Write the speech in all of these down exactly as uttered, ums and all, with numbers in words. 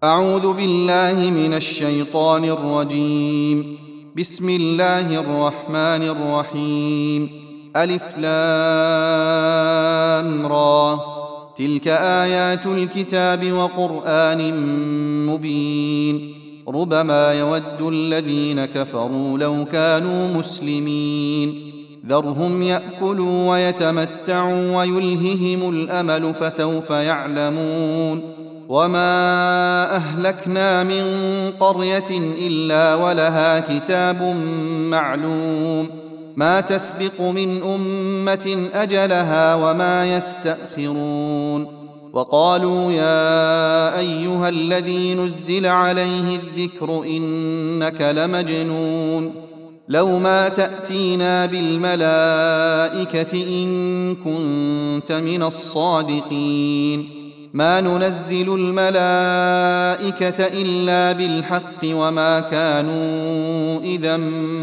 أعوذ بالله من الشيطان الرجيم. بسم الله الرحمن الرحيم. ألف لام را. تلك آيات الكتاب وقرآن مبين. ربما يود الذين كفروا لو كانوا مسلمين. ذرهم يأكلوا ويتمتعوا ويلههم الأمل فسوف يعلمون. وما أهلكنا من قرية إلا ولها كتاب معلوم ما تسبق من أمة أجلها وما يستأخرون. وقالوا يا أيها الذي نزل عليه الذكر إنك لمجنون لو ما تأتينا بالملائكة إن كنت من الصادقين. ما ننزل الملائكة إلا بالحق وما كانوا إذا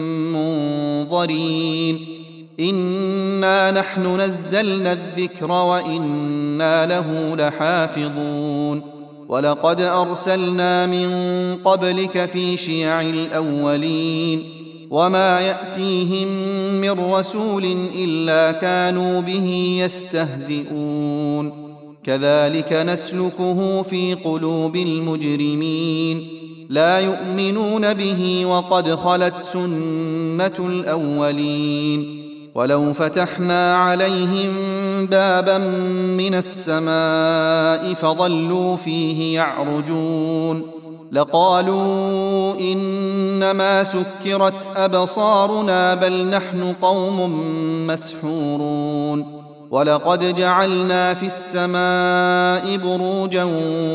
منظرين. إنا نحن نزلنا الذكر وإنا له لحافظون. ولقد أرسلنا من قبلك في شيع الأولين وما يأتيهم من رسول إلا كانوا به يستهزئون. كذلك نسلكه في قلوب المجرمين لا يؤمنون به وقد خلت سنة الأولين. ولو فتحنا عليهم بابا من السماء فظلوا فيه يعرجون لقالوا إنما سكرت أبصارنا بل نحن قوم مسحورون. ولقد جعلنا في السماء بروجا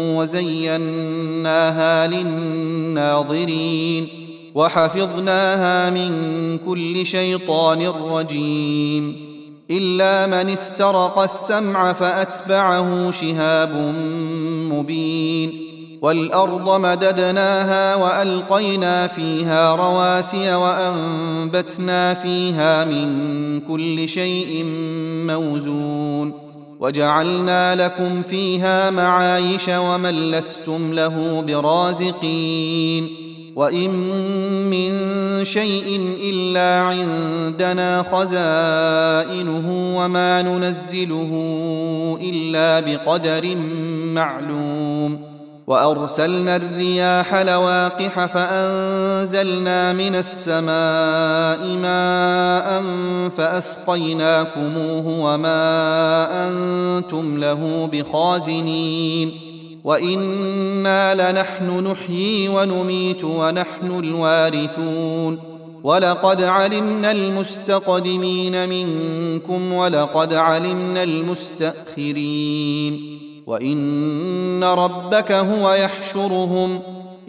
وزيناها للناظرين وحفظناها من كل شيطان رجيم إلا من استرق السمع فأتبعه شهاب مبين. والأرض مددناها وألقينا فيها رواسي وأنبتنا فيها من كل شيء موزون. وجعلنا لكم فيها معايش ومن لستم له برازقين. وإن من شيء إلا عندنا خزائنه وما ننزله إلا بقدر معلوم. وأرسلنا الرياح لواقح فأنزلنا من السماء ماء فأسقيناكموه وما أنتم له بخازنين. وإنا لنحن نحيي ونميت ونحن الوارثون. ولقد علمنا المستقدمين منكم ولقد علمنا المستأخرين. وإن ربك هو يحشرهم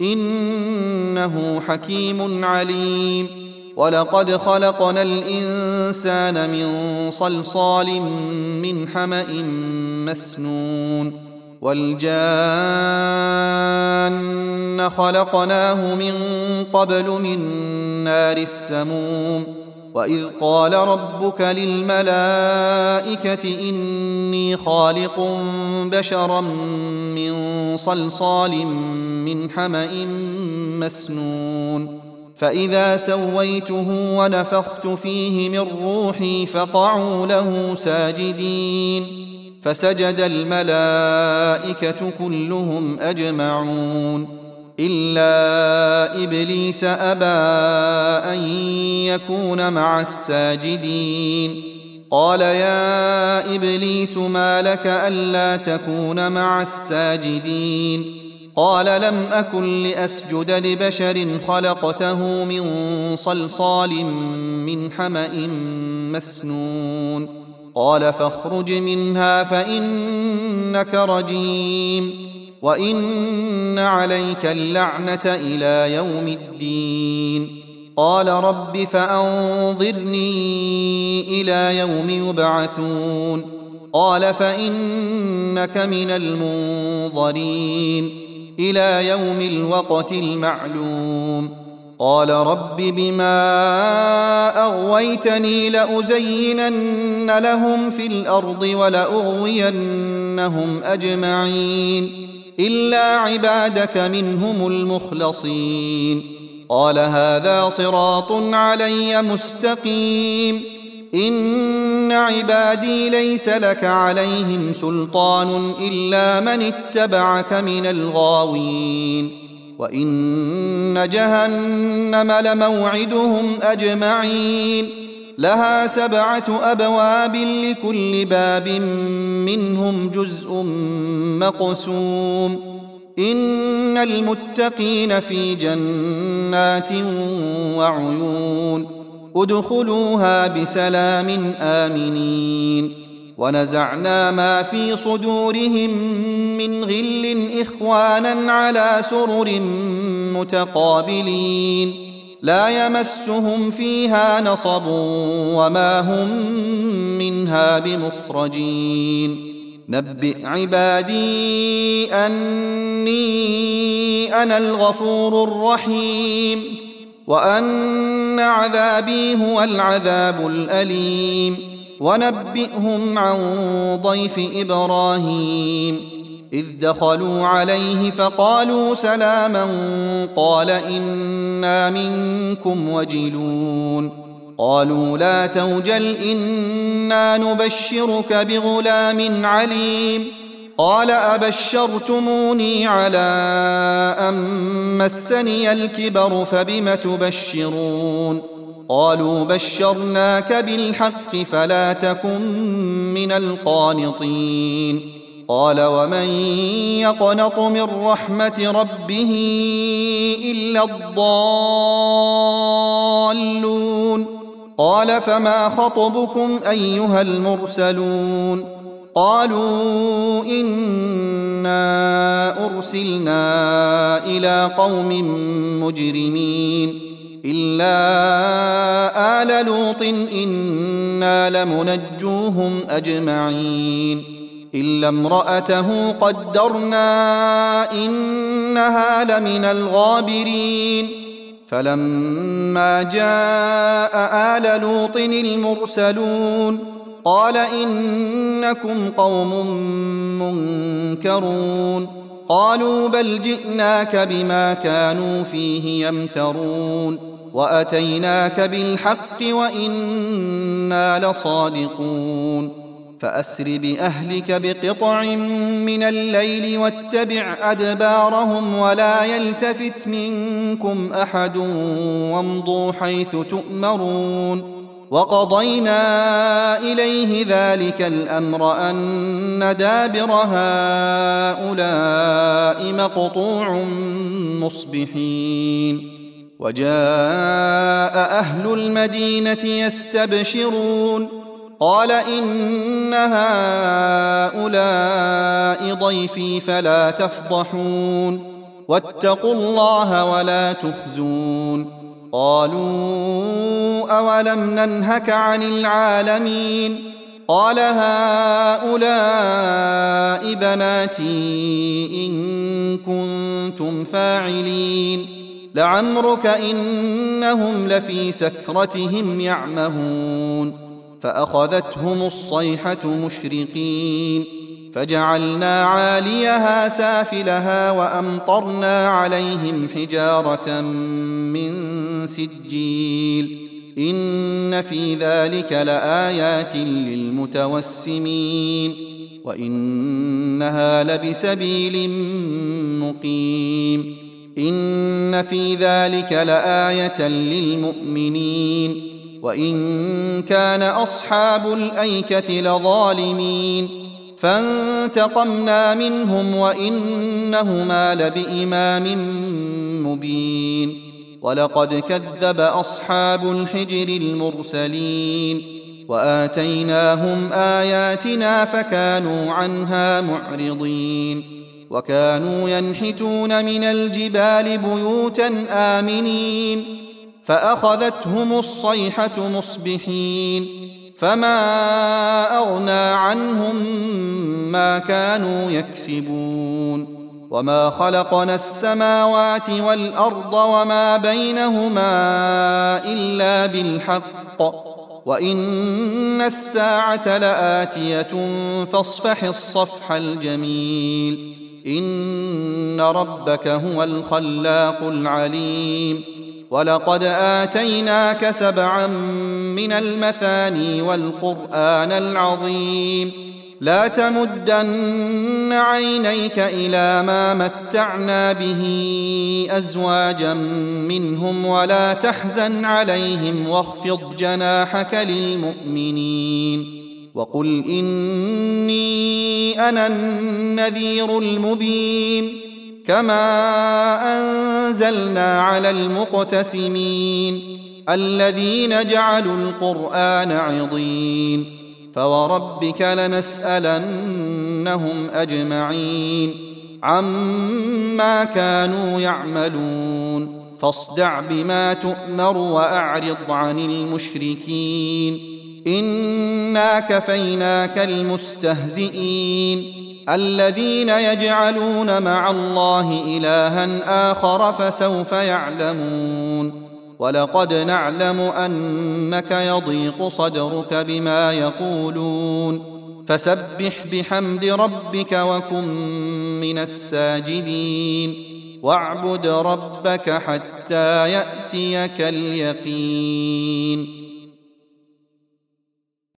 إنه حكيم عليم. ولقد خلقنا الإنسان من صلصال من حمأ مسنون. والجان خلقناه من قبل من نار السموم. وإذ قال ربك للملائكة إني خالق بشرا من صلصال من حمأ مسنون. فإذا سويته ونفخت فيه من روحي فقعوا له ساجدين. فسجد الملائكة كلهم أجمعون إلا إبليس أبى أن يكون مع الساجدين. قال يا إبليس ما لك ألا تكون مع الساجدين؟ قال لم أكن لأسجد لبشر خلقته من صلصال من حمأ مسنون. قال فاخرج منها فإنك رجيم وإن عليك اللعنة إلى يوم الدين. قال رب فأنظرني إلى يوم يبعثون. قال فإنك من المنظرين إلى يوم الوقت المعلوم. قال رب بما أغويتني لأزينن لهم في الأرض ولأغوينهم أجمعين إلا عبادك منهم المخلصين. قال هذا صراط علي مستقيم. إن عبادي ليس لك عليهم سلطان إلا من اتبعك من الغاوين. وإن جهنم لموعدهم أجمعين. لها سبعة أبواب لكل باب منهم جزء مقسوم. إن المتقين في جنات وعيون. ادخلوها بسلام آمنين. ونزعنا ما في صدورهم من غل إخوانا على سرر متقابلين. لا يمسهم فيها نصب وما هم منها بمخرجين. نبئ عبادي أني أنا الغفور الرحيم وأن عذابي هو العذاب الأليم. ونبئهم عن ضيف إبراهيم إذ دخلوا عليه فقالوا سلاما قال إنا منكم وجلون. قالوا لا توجل إنا نبشرك بغلام عليم. قال أبشرتموني على أن مسني الكبر فبم تبشرون. قالوا بشرناك بالحق فلا تكن من القانطين. قال ومن يقنط من رحمة ربه إلا الضالون. قال فما خطبكم أيها المرسلون. قالوا إنا أرسلنا إلى قوم مجرمين إلا آل لوط إنا لمنجوهم أجمعين إلا امرأته قدرنا إنها لمن الغابرين. فلما جاء آل لوط المرسلون قال إنكم قوم منكرون. قالوا بل جئناك بما كانوا فيه يمترون وأتيناك بالحق وإنا لصادقون. فأسر بأهلك بقطع من الليل واتبع أدبارهم ولا يلتفت منكم أحد وامضوا حيث تؤمرون. وقضينا إليه ذلك الأمر أن دابر هؤلاء مقطوع مصبحين. وجاء أهل المدينة يستبشرون قال إن هؤلاء ضيفي فلا تفضحون واتقوا الله ولا تخزون. قالوا أولم ننهك عن العالمين. قال هؤلاء بناتي إن كنتم فاعلين. لعمرك إنهم لفي سكرتهم يعمهون. فأخذتهم الصيحة مشرقين فجعلنا عاليها سافلها وأمطرنا عليهم حجارة من سجيل. إن في ذلك لآيات للمتوسمين وإنها لبسبيل مقيم. إن في ذلك لآية للمؤمنين وإن كان أصحاب الأيكة لظالمين. فانتقمنا منهم وإنهما لبإمام مبين. ولقد كذب أصحاب الحجر المرسلين وآتيناهم آياتنا فكانوا عنها معرضين. وكانوا ينحتون من الجبال بيوتا آمنين فأخذتهم الصيحة مصبحين فما أغنى عنهم ما كانوا يكسبون. وما خلقنا السماوات والأرض وما بينهما إلا بالحق وإن الساعة لآتية فاصفح الصفح الجميل. إن ربك هو الخلاق العليم ولقد آتيناك سبعا من المثاني والقرآن العظيم لا تمدن عينيك إلى ما متعنا به أزواجا منهم ولا تحزن عليهم واخفض جناحك للمؤمنين وقل إني أنا النذير المبين كما أنزلنا على المقتسمين الذين جعلوا القرآن عضين فوربك لنسألنهم أجمعين عما كانوا يعملون فاصدع بما تؤمر وأعرض عن المشركين إنا كفيناك المستهزئين الذين يجعلون مع الله إلها آخر فسوف يعلمون ولقد نعلم أنك يضيق صدرك بما يقولون فسبح بحمد ربك وكن من الساجدين واعبد ربك حتى يأتيك اليقين